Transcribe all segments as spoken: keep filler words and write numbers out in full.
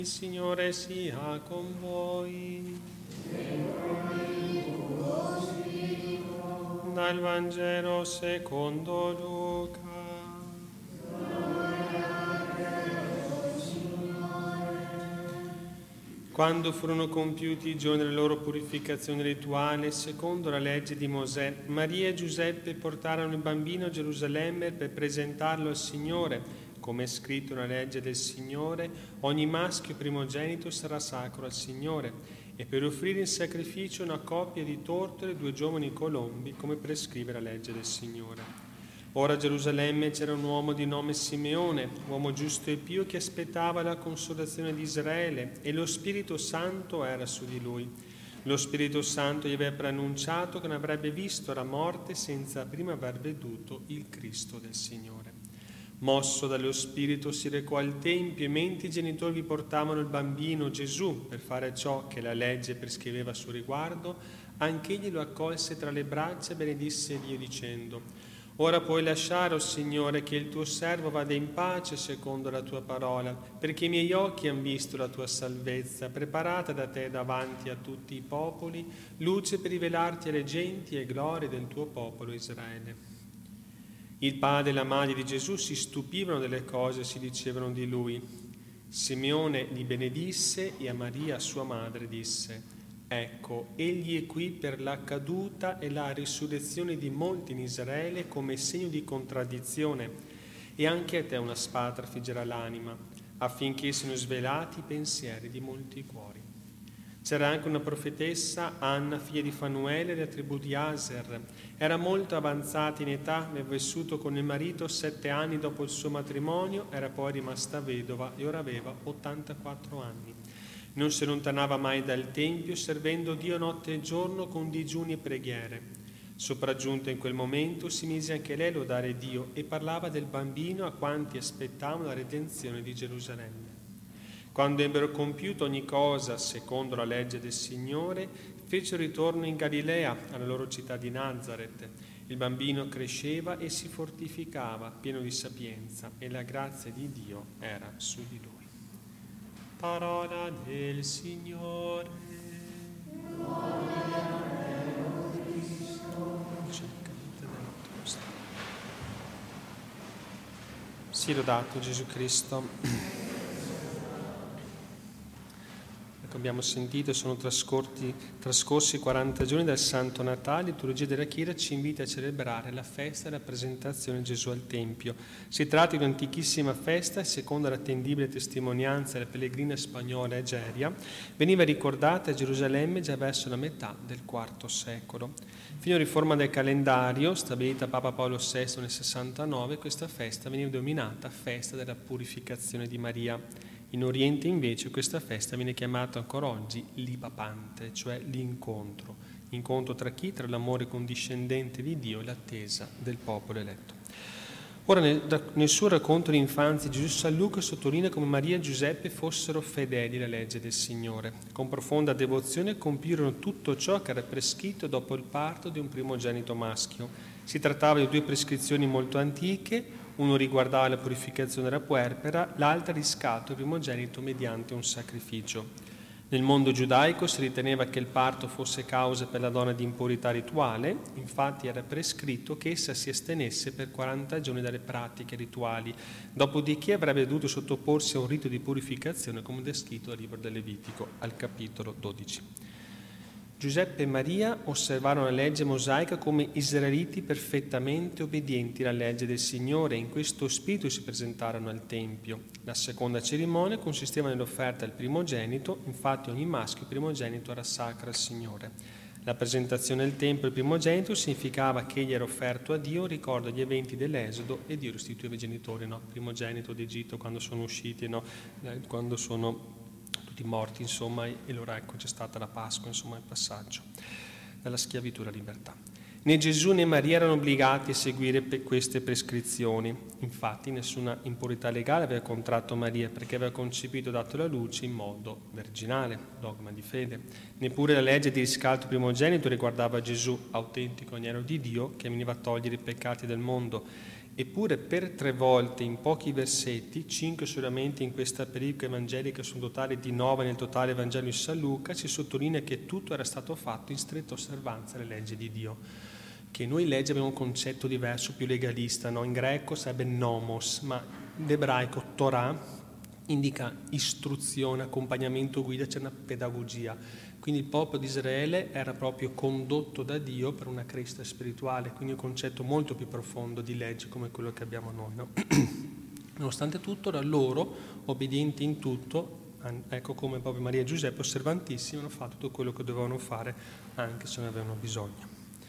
Il Signore sia con voi. Dal Vangelo secondo Luca. Quando furono compiuti i giorni della loro purificazione rituale, secondo la legge di Mosè, Maria e Giuseppe portarono il bambino a Gerusalemme per presentarlo al Signore. Come è scritto nella legge del Signore, ogni maschio primogenito sarà sacro al Signore, e per offrire in sacrificio una coppia di tortore e due giovani colombi, come prescrive la legge del Signore. Ora a Gerusalemme c'era un uomo di nome Simeone, uomo giusto e pio che aspettava la consolazione di Israele, e lo Spirito Santo era su di lui. Lo Spirito Santo gli aveva preannunciato che non avrebbe visto la morte senza prima aver veduto il Cristo del Signore. Mosso dallo Spirito si recò al Tempio, e mentre i genitori vi portavano il bambino Gesù per fare ciò che la legge prescriveva a suo riguardo, anch'egli lo accolse tra le braccia e benedisse Dio dicendo: «Ora puoi lasciare, o Signore, che il tuo servo vada in pace secondo la tua parola, perché i miei occhi hanno visto la tua salvezza, preparata da te davanti a tutti i popoli, luce per rivelarti alle genti e gloria del tuo popolo Israele». Il padre e la madre di Gesù si stupivano delle cose che si dicevano di lui. Simeone li benedisse e a Maria, sua madre, disse: «Ecco, egli è qui per la caduta e la risurrezione di molti in Israele come segno di contraddizione, e anche a te una spada trafiggerà l'anima, affinché siano svelati i pensieri di molti cuori». C'era anche una profetessa, Anna, figlia di Fanuele, della tribù di Aser. Era molto avanzata in età, aveva vissuto con il marito sette anni dopo il suo matrimonio, era poi rimasta vedova e ora aveva ottantaquattro anni. Non si allontanava mai dal Tempio, servendo Dio notte e giorno con digiuni e preghiere. Sopraggiunta in quel momento, si mise anche lei a lodare Dio e parlava del bambino a quanti aspettavano la redenzione di Gerusalemme. Quando ebbero compiuto ogni cosa secondo la legge del Signore, fecero ritorno in Galilea, alla loro città di Nazaret. Il bambino cresceva e si fortificava, pieno di sapienza, e la grazia di Dio era su di lui. Parola del Signore. Sia lodato Gesù Cristo. Abbiamo sentito, sono trascorsi, trascorsi quaranta giorni dal Santo Natale. La liturgia della Chiesa ci invita a celebrare la festa della presentazione di Gesù al Tempio. Si tratta di un'antichissima festa, secondo l'attendibile testimonianza della pellegrina spagnola Egeria, veniva ricordata a Gerusalemme già verso la metà del quarto secolo. Fino alla riforma del calendario, stabilita Papa Paolo sesto nel sessantanove, questa festa veniva denominata Festa della Purificazione di Maria. In Oriente invece questa festa viene chiamata ancora oggi l'Ipapante, cioè l'incontro. Incontro tra chi? Tra l'amore condiscendente di Dio e l'attesa del popolo eletto. Ora nel, nel suo racconto di infanzia Gesù San Luca sottolinea come Maria e Giuseppe fossero fedeli alla legge del Signore. Con profonda devozione compirono tutto ciò che era prescritto dopo il parto di un primogenito maschio. Si trattava di due prescrizioni molto antiche. Uno riguardava la purificazione della puerpera, l'altra riscatto il primogenito mediante un sacrificio. Nel mondo giudaico si riteneva che il parto fosse causa per la donna di impurità rituale, infatti era prescritto che essa si astenesse per quaranta giorni dalle pratiche rituali, dopodiché avrebbe dovuto sottoporsi a un rito di purificazione come descritto dal libro del Levitico, al capitolo dodici. Giuseppe e Maria osservarono la legge mosaica come israeliti perfettamente obbedienti alla legge del Signore, e in questo spirito si presentarono al Tempio. La seconda cerimonia consisteva nell'offerta al primogenito, infatti ogni maschio primogenito era sacro al Signore. La presentazione al Tempio del primogenito significava che egli era offerto a Dio, ricorda gli eventi dell'Esodo, e Dio restituiva i genitori, no? Primogenito d'Egitto quando sono usciti, no? Quando sono tutti morti, insomma, e allora ecco c'è stata la Pasqua, insomma, il passaggio dalla schiavitù alla libertà. Né Gesù né Maria erano obbligati a seguire queste prescrizioni. Infatti nessuna impurità legale aveva contratto Maria, perché aveva concepito e dato la luce in modo virginale, dogma di fede. Neppure la legge di riscatto primogenito riguardava Gesù, autentico agnello di Dio che veniva a togliere i peccati del mondo. Eppure per tre volte in pochi versetti, cinque solamente in questa pericola evangelica su un totale di nove nel totale Vangelo di San Luca, si sottolinea che tutto era stato fatto in stretta osservanza delle leggi di Dio. Che noi leggi abbiamo un concetto diverso, più legalista, no? In greco sarebbe nomos, ma in ebraico Torah indica istruzione, accompagnamento, guida, c'è una pedagogia. Quindi il popolo di Israele era proprio condotto da Dio per una crescita spirituale, quindi un concetto molto più profondo di legge come quello che abbiamo noi, no? Nonostante tutto, da loro, obbedienti in tutto, ecco come proprio Maria e Giuseppe, osservantissimi, hanno fatto tutto quello che dovevano fare, anche se ne avevano bisogno.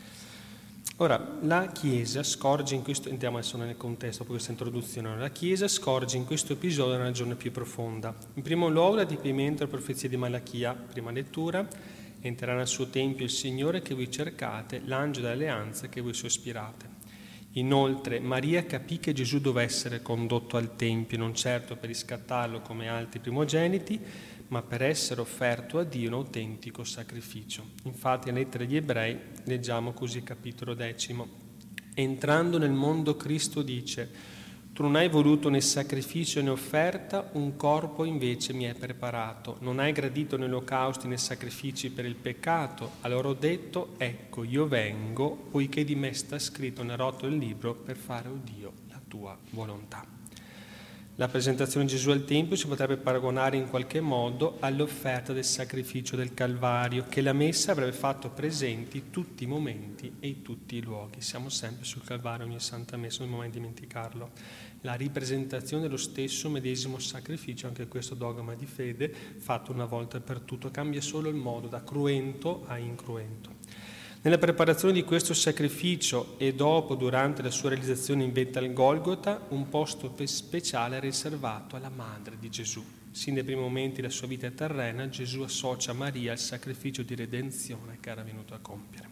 Ora, la Chiesa scorge in questo, entriamo adesso nel contesto, dopo questa introduzione, la Chiesa scorge in questo episodio una ragione più profonda. In primo luogo l'adempimento della profezia di Malachia, prima lettura, entrerà nel suo tempio il Signore che voi cercate, l'angelo dell'alleanza che voi sospirate. Inoltre Maria capì che Gesù doveva essere condotto al Tempio, non certo per riscattarlo come altri primogeniti, ma per essere offerto a Dio un autentico sacrificio. Infatti nella lettera agli Ebrei leggiamo così, capitolo decimo. Entrando nel mondo Cristo dice: tu non hai voluto né sacrificio né offerta, un corpo invece mi è preparato. Non hai gradito né olocausti né sacrifici per il peccato. Allora ho detto: ecco, io vengo, poiché di me sta scritto nel rotolo del libro, per fare, o Dio, la tua volontà. La presentazione di Gesù al Tempio si potrebbe paragonare in qualche modo all'offerta del sacrificio del Calvario, che la Messa avrebbe fatto presenti tutti i momenti e tutti i luoghi. Siamo sempre sul Calvario, ogni Santa Messa, non mai dimenticarlo. La ripresentazione dello stesso medesimo sacrificio, anche questo dogma di fede, fatto una volta per tutto, cambia solo il modo da cruento a incruento. Nella preparazione di questo sacrificio e dopo, durante la sua realizzazione in vetta al Golgota, un posto speciale è riservato alla madre di Gesù. Sin dai primi momenti della sua vita terrena, Gesù associa Maria al sacrificio di redenzione che era venuto a compiere.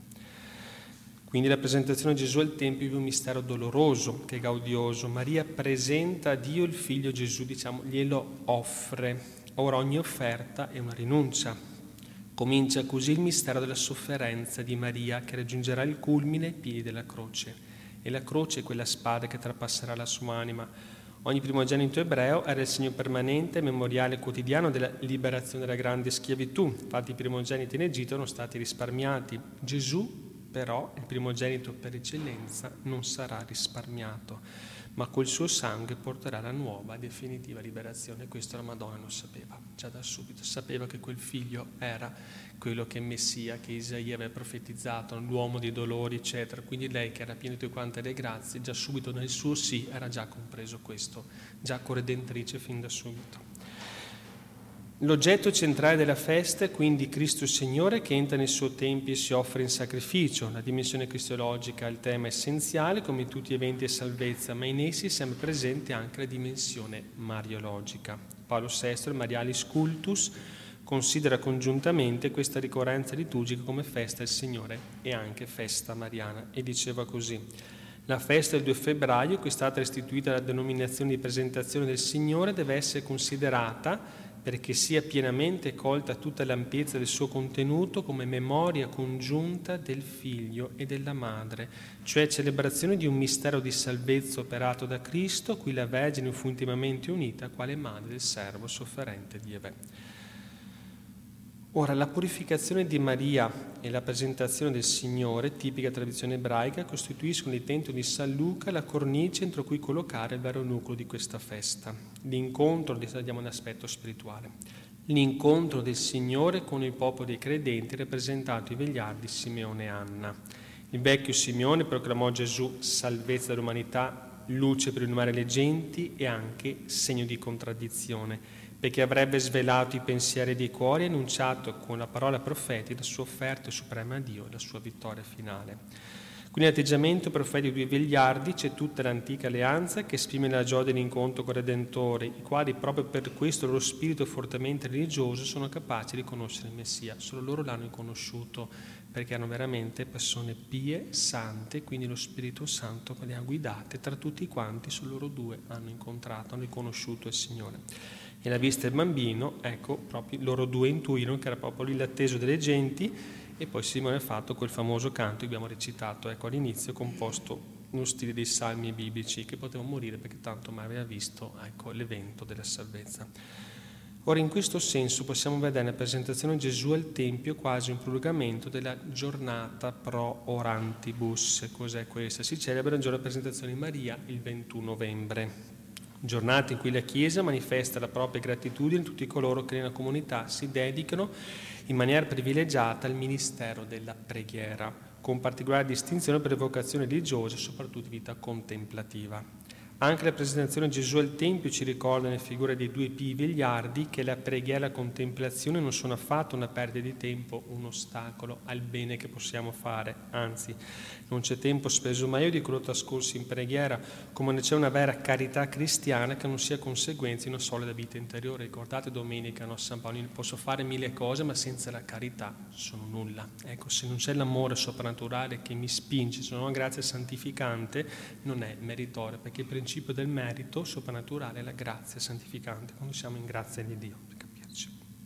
Quindi la presentazione di Gesù al Tempio è un mistero doloroso, che è gaudioso. Maria presenta a Dio il figlio Gesù, diciamo, glielo offre. Ora ogni offerta è una rinuncia. Comincia così il mistero della sofferenza di Maria, che raggiungerà il culmine ai piedi della croce. E la croce è quella spada che trapasserà la sua anima. Ogni primogenito ebreo era il segno permanente e memoriale quotidiano della liberazione dalla grande schiavitù. Infatti i primogeniti in Egitto erano stati risparmiati. Gesù, però, il primogenito per eccellenza, non sarà risparmiato, ma col suo sangue porterà la nuova, definitiva liberazione. Questo la Madonna lo sapeva, già da subito. Sapeva che quel figlio era quello che è Messia, che Isaia aveva profetizzato, l'uomo dei dolori, eccetera. Quindi lei, che era piena di tutte quante le grazie, già subito nel suo sì era già compreso questo, già corredentrice fin da subito. L'oggetto centrale della festa è quindi Cristo Signore, che entra nel suo tempio e si offre in sacrificio. La dimensione cristologica è il tema essenziale, come in tutti gli eventi di salvezza, ma in essi è sempre presente anche la dimensione mariologica. Paolo sesto, il Marialis Cultus, considera congiuntamente questa ricorrenza liturgica come festa del Signore e anche festa mariana, e diceva così: la festa del due febbraio, che è stata istituita la denominazione di presentazione del Signore, deve essere considerata, perché sia pienamente colta tutta l'ampiezza del suo contenuto, come memoria congiunta del Figlio e della Madre, cioè celebrazione di un mistero di salvezza operato da Cristo, cui la Vergine fu intimamente unita quale madre del servo sofferente di Eve. Ora, la purificazione di Maria e la presentazione del Signore, tipica tradizione ebraica, costituiscono nel tempio di San Luca la cornice entro cui collocare il vero nucleo di questa festa. L'incontro, andiamo all'aspetto spirituale, l'incontro del Signore con il popolo dei credenti, rappresentato i vegliardi Simeone e Anna. Il vecchio Simeone proclamò Gesù salvezza dell'umanità, luce per illuminare le genti e anche segno di contraddizione, perché avrebbe svelato i pensieri dei cuori e annunciato con la parola profetica la sua offerta suprema a Dio e la sua vittoria finale. Quindi l'atteggiamento profetico dei vegliardi c'è tutta l'antica alleanza che esprime la gioia dell'incontro con il Redentore, i quali proprio per questo loro spirito fortemente religioso sono capaci di conoscere il Messia. Solo loro l'hanno conosciuto, perché erano veramente persone pie, sante, quindi lo Spirito Santo le ha guidate. Tra tutti quanti solo loro due hanno incontrato, hanno riconosciuto il Signore. E alla vista del bambino, ecco, proprio loro due intuirono che era proprio lì l'atteso delle genti, e poi Simone ha fatto quel famoso canto che abbiamo recitato, ecco, all'inizio, composto nello stile dei salmi biblici, che poteva morire perché tanto mai aveva visto, ecco, l'evento della salvezza. Ora, in questo senso possiamo vedere nella presentazione di Gesù al Tempio quasi un prolungamento della giornata pro orantibus. Cos'è questa? Si celebra il giorno della presentazione di Maria, il ventuno novembre, giornata in cui la Chiesa manifesta la propria gratitudine a tutti coloro che nella comunità si dedicano in maniera privilegiata al ministero della preghiera, con particolare distinzione per le vocazioni religiose, soprattutto vita contemplativa. Anche la presentazione di Gesù al Tempio ci ricorda nelle figure dei due pii vegliardi che la preghiera e la contemplazione non sono affatto una perdita di tempo, un ostacolo al bene che possiamo fare, anzi non c'è tempo speso meglio di quello trascorso in preghiera, come non c'è una vera carità cristiana che non sia conseguenza di una solida vita interiore. Ricordate domenica, no? San Paolo, posso fare mille cose ma senza la carità sono nulla. Ecco, se non c'è l'amore soprannaturale che mi spinge, se non ho una grazia santificante, non è meritorio, perché il principio Il principio del merito soprannaturale è la grazia santificante, quando siamo in grazia di Dio, per capirci.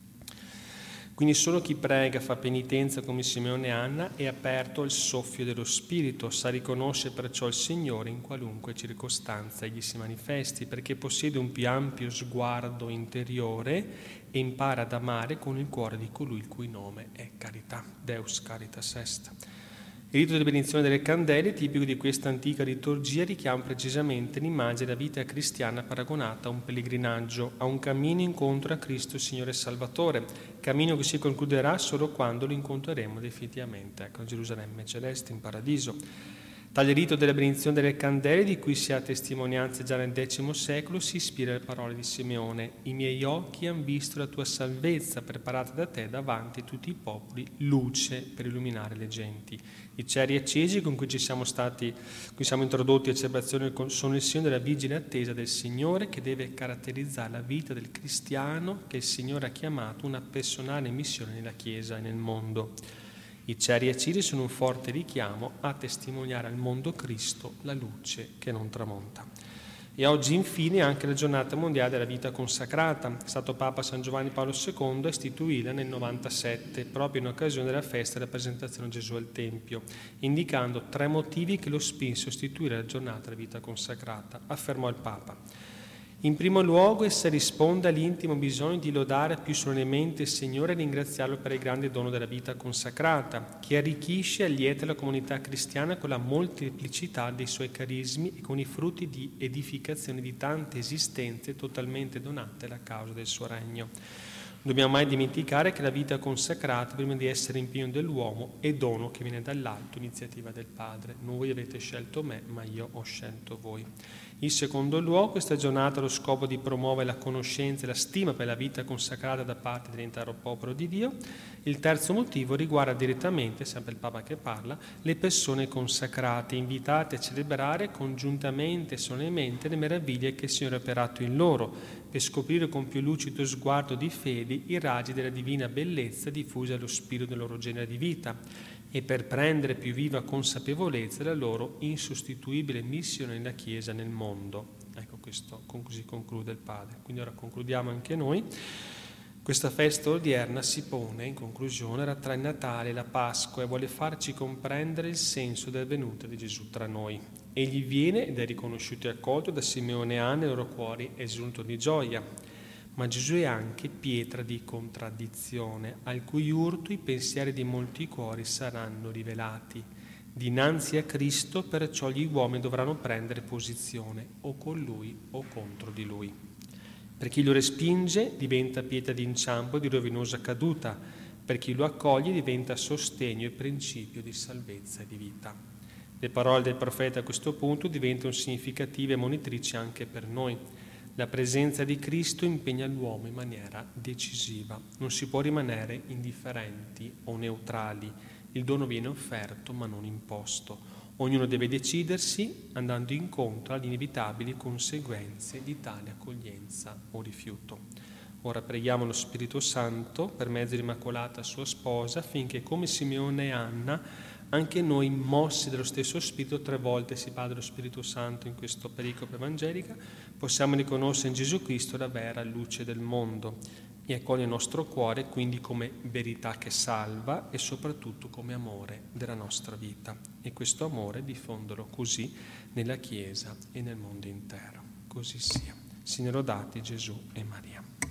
Quindi solo chi prega, fa penitenza come Simeone e Anna, è aperto al soffio dello Spirito, sa riconoscere perciò il Signore in qualunque circostanza egli si manifesti, perché possiede un più ampio sguardo interiore e impara ad amare con il cuore di colui il cui nome è carità, Deus caritas est. Il rito di benedizione delle candele, tipico di questa antica liturgia, richiama precisamente l'immagine della vita cristiana paragonata a un pellegrinaggio, a un cammino incontro a Cristo Signore e Salvatore, cammino che si concluderà solo quando lo incontreremo definitivamente, ecco, a Gerusalemme celeste, in paradiso. Tale rito della benedizione delle candele, di cui si ha testimonianza già nel X secolo, si ispira alle parole di Simeone: «I miei occhi han visto la tua salvezza, preparata da te davanti a tutti i popoli, luce per illuminare le genti». I ceri accesi con cui ci siamo stati, cui siamo introdotti a celebrazione sono il segno della vigile attesa del Signore, che deve caratterizzare la vita del cristiano che il Signore ha chiamato una personale missione nella Chiesa e nel mondo. I ceri accesi sono un forte richiamo a testimoniare al mondo Cristo, la luce che non tramonta. E oggi infine anche la giornata mondiale della vita consacrata. È stato Papa San Giovanni Paolo secondo a istituirla nel novantasette, proprio in occasione della festa della presentazione di Gesù al Tempio, indicando tre motivi che lo spinsero a istituire la giornata della vita consacrata. Affermò il Papa: in primo luogo, essa risponde all'intimo bisogno di lodare più solennemente il Signore e ringraziarlo per il grande dono della vita consacrata, che arricchisce e allieta la comunità cristiana con la molteplicità dei suoi carismi e con i frutti di edificazione di tante esistenze totalmente donate alla causa del suo regno. Non dobbiamo mai dimenticare che la vita consacrata, prima di essere impegno dell'uomo, è dono che viene dall'alto, iniziativa del Padre. Non voi avete scelto me, ma io ho scelto voi. In secondo luogo, questa giornata ha lo scopo di promuovere la conoscenza e la stima per la vita consacrata da parte dell'intero popolo di Dio. Il terzo motivo riguarda direttamente, sempre il Papa che parla, le persone consacrate, invitate a celebrare congiuntamente e solennemente le meraviglie che il Signore ha operato in loro, per scoprire con più lucido sguardo di fede i raggi della divina bellezza diffusa allo spirito del loro genere di vita e per prendere più viva consapevolezza della loro insostituibile missione nella Chiesa e nel mondo. Ecco, questo così conclude il Padre. Quindi ora concludiamo anche noi. Questa festa odierna si pone, in conclusione, tra il Natale e la Pasqua e vuole farci comprendere il senso del venuto di Gesù tra noi. Egli viene ed è riconosciuto e accolto da Simeone e Anna, i loro cuori esulto di gioia. Ma Gesù è anche pietra di contraddizione, al cui urto i pensieri di molti cuori saranno rivelati. Dinanzi a Cristo, perciò, gli uomini dovranno prendere posizione, o con Lui o contro di Lui. Per chi lo respinge diventa pietra d'inciampo di rovinosa caduta, per chi lo accoglie diventa sostegno e principio di salvezza e di vita. Le parole del profeta a questo punto diventano significative e monitrici anche per noi. La presenza di Cristo impegna l'uomo in maniera decisiva. Non si può rimanere indifferenti o neutrali. Il dono viene offerto ma non imposto. Ognuno deve decidersi andando incontro alle inevitabili conseguenze di tale accoglienza o rifiuto. Ora preghiamo lo Spirito Santo per mezzo dell'Immacolata sua sposa affinché, come Simeone e Anna, anche noi, mossi dallo stesso Spirito, tre volte si parla dello Spirito Santo in questo pericope evangelica, possiamo riconoscere in Gesù Cristo la vera luce del mondo. e accoglie il nostro cuore quindi come verità che salva e soprattutto come amore della nostra vita, e questo amore diffonderlo così nella Chiesa e nel mondo intero. Così sia. Siano lodati Gesù e Maria.